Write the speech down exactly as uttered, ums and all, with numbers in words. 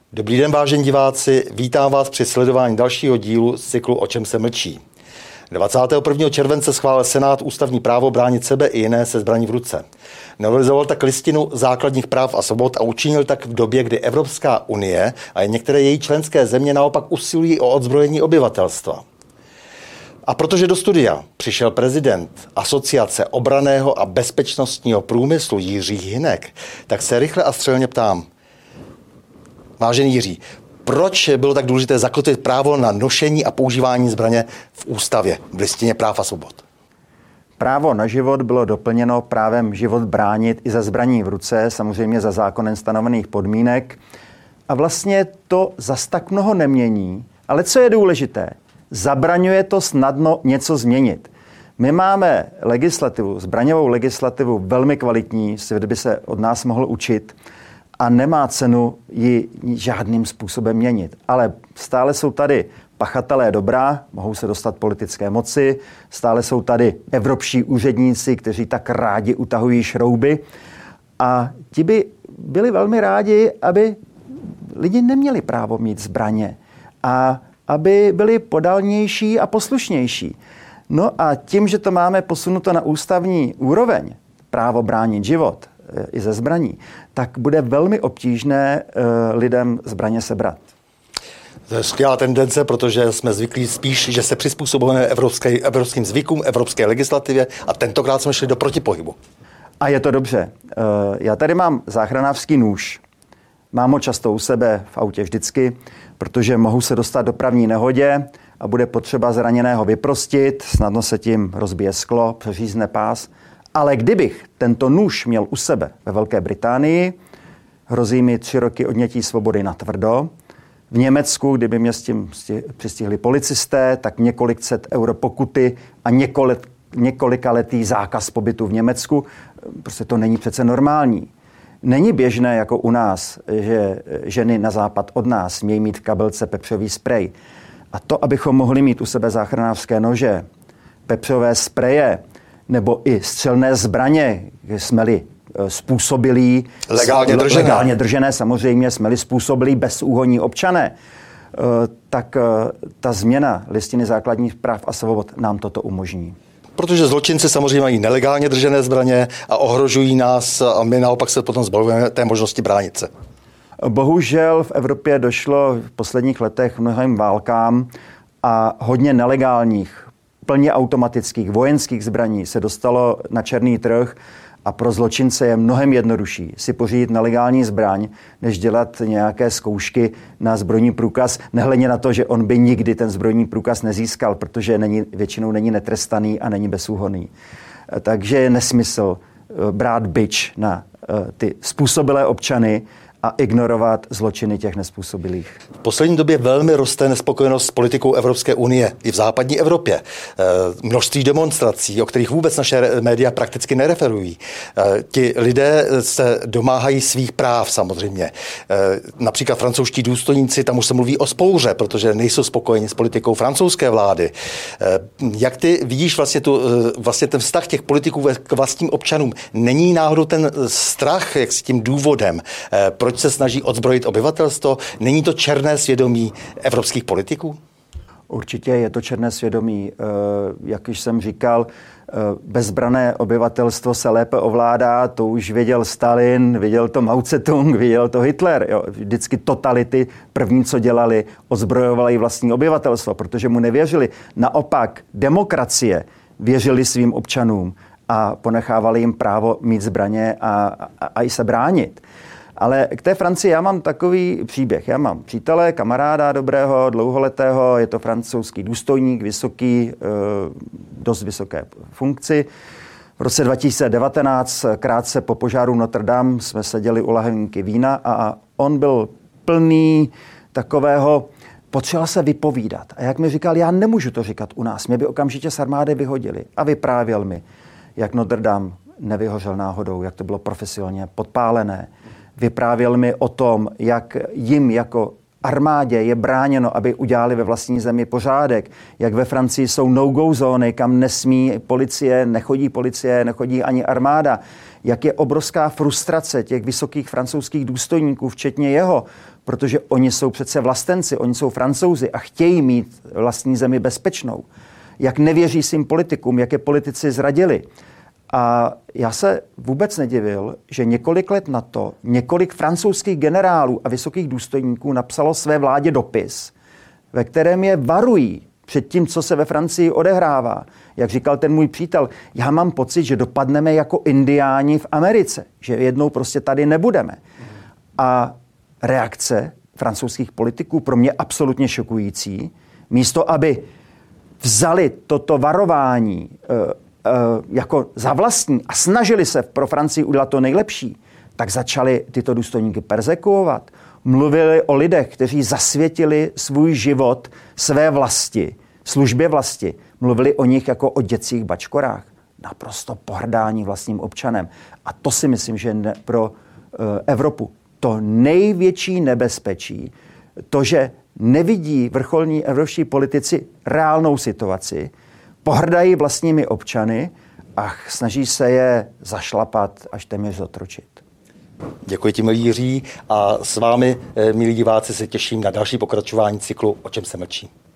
Dobrý den, vážení diváci, vítám vás při sledování dalšího dílu z cyklu O čem se mlčí. dvacátého prvního července schválil Senát ústavní právo bránit sebe i jiné se zbraní v ruce. Novelizoval tak listinu základních práv a svobod a učinil tak v době, kdy Evropská unie a některé její členské země naopak usilují o odzbrojení obyvatelstva. A protože do studia přišel prezident Asociace obranného a bezpečnostního průmyslu Jiří Hynek, tak se rychle a střelně ptám. Vážený Jiří, proč bylo tak důležité zakotvit právo na nošení a používání zbraně v ústavě, v listině práv a svobod? Právo na život bylo doplněno právem život bránit i za zbraní v ruce, samozřejmě za zákonem stanovených podmínek. A vlastně to zas tak mnoho nemění, ale co je důležité, zabraňuje to snadno něco změnit. My máme legislativu, zbraňovou legislativu velmi kvalitní, svět by se od nás mohl učit a nemá cenu ji žádným způsobem měnit. Ale stále jsou tady pachatelé dobra, mohou se dostat politické moci, stále jsou tady evropští úředníci, kteří tak rádi utahují šrouby a ti by byli velmi rádi, aby lidi neměli právo mít zbraně a aby byli podalnější a poslušnější. No a tím, že to máme posunuto na ústavní úroveň, právo bránit život i ze zbraní, tak bude velmi obtížné uh, lidem zbraně sebrat. To je skvělá tendence, protože jsme zvyklí spíš, že se přizpůsobujeme evropské, evropským zvykům, evropské legislativě a tentokrát jsme šli do protipohybu. A je to dobře. Uh, já tady mám záchranářský nůž. Mám ho často u sebe v autě vždycky, protože mohu se dostat do dopravní nehodě a bude potřeba zraněného vyprostit, snadno se tím rozbije sklo, přeřízne pás. Ale kdybych tento nůž měl u sebe ve Velké Británii, hrozí mi tři roky odnětí svobody natvrdo. V Německu, kdyby mě s tím přistihli policisté, tak několik set euro pokuty a několik, několikaletý zákaz pobytu v Německu. Prostě to není přece normální. Není běžné jako u nás, že ženy na západ od nás smějí mít v kabelce pepřový sprej. A to, abychom mohli mít u sebe záchranářské nože, pepřové spreje, nebo i střelné zbraně, jsme-li způsobilí, legálně držené. legálně držené, samozřejmě jsme-li způsobilí bezúhonní občané, tak ta změna listiny základních práv a svobod nám toto umožní. Protože zločinci samozřejmě mají nelegálně držené zbraně a ohrožují nás a my naopak se potom zbavujeme té možnosti bránit se. Bohužel v Evropě došlo v posledních letech mnohým válkám a hodně nelegálních, plně automatických vojenských zbraní se dostalo na černý trh a pro zločince je mnohem jednodušší si pořídit nelegální zbraň, než dělat nějaké zkoušky na zbrojní průkaz, nehledě na to, že on by nikdy ten zbrojní průkaz nezískal, protože není, většinou není netrestaný a není bezúhonný. Takže je nesmysl brát bič na ty způsobilé občany a ignorovat zločiny těch nezpůsobilých. V poslední době velmi roste nespokojenost s politikou Evropské unie i v západní Evropě. Množství demonstrací, o kterých vůbec naše média prakticky nereferují. Ti lidé se domáhají svých práv samozřejmě. Například francouzští důstojníci, tam už se mluví o spouře, protože nejsou spokojeni s politikou francouzské vlády. Jak ty vidíš vlastně, tu, vlastně ten vztah těch politiků k vlastním občanům? Není náhodou ten strach jak s tím důvodem, proč se snaží odzbrojit obyvatelstvo? Není to černé svědomí evropských politiků? Určitě je to černé svědomí. Jak už jsem říkal, bezbrané obyvatelstvo se lépe ovládá, to už věděl Stalin, věděl to Mao Tse-tung, věděl to Hitler. Jo. Vždycky totality první, co dělali, odzbrojovali vlastní obyvatelstvo, protože mu nevěřili. Naopak demokracie věřili svým občanům a ponechávali jim právo mít zbraně a, a, a i se bránit. Ale k té Francii já mám takový příběh. Já mám přítele, kamaráda dobrého, dlouholetého, je to francouzský důstojník, vysoký, dost vysoké funkci. V roce dva tisíce devatenáct, krátce po požáru Notre Dame, jsme seděli u lahvinky vína a on byl plný takového, potřeboval se vypovídat. A jak mi říkal, já nemůžu to říkat u nás, mě by okamžitě z armády vyhodili. A vyprávěl mi, jak Notre Dame nevyhořel náhodou, jak to bylo profesionálně podpálené. Vyprávěl mi o tom, jak jim jako armádě je bráněno, aby udělali ve vlastní zemi pořádek, jak ve Francii jsou no-go zóny, kam nesmí policie, nechodí policie, nechodí ani armáda, jak je obrovská frustrace těch vysokých francouzských důstojníků, včetně jeho, protože oni jsou přece vlastenci, oni jsou Francouzi a chtějí mít vlastní zemi bezpečnou. Jak nevěří svým politikům, jak je politici zradili. A já se vůbec nedivil, že několik let na to několik francouzských generálů a vysokých důstojníků napsalo své vládě dopis, ve kterém je varují před tím, co se ve Francii odehrává. Jak říkal ten můj přítel, já mám pocit, že dopadneme jako indiáni v Americe, že jednou prostě tady nebudeme. A reakce francouzských politiků pro mě absolutně šokující. Místo, aby vzali toto varování jako za vlastní a snažili se pro Francii udělat to nejlepší, tak začali tyto důstojníky perzekuovat. Mluvili o lidech, kteří zasvětili svůj život své vlasti, službě vlasti. Mluvili o nich jako o dětcích bačkorách. Naprosto pohrdání vlastním občanem. A to si myslím, že je pro uh, Evropu to největší nebezpečí, to, že nevidí vrcholní evropští politici reálnou situaci, pohrdají vlastními občany a snaží se je zašlapat až téměř zotročit. Děkuji ti, milí Jiří, a s vámi, milí diváci, se těším na další pokračování cyklu O čem se mlčí.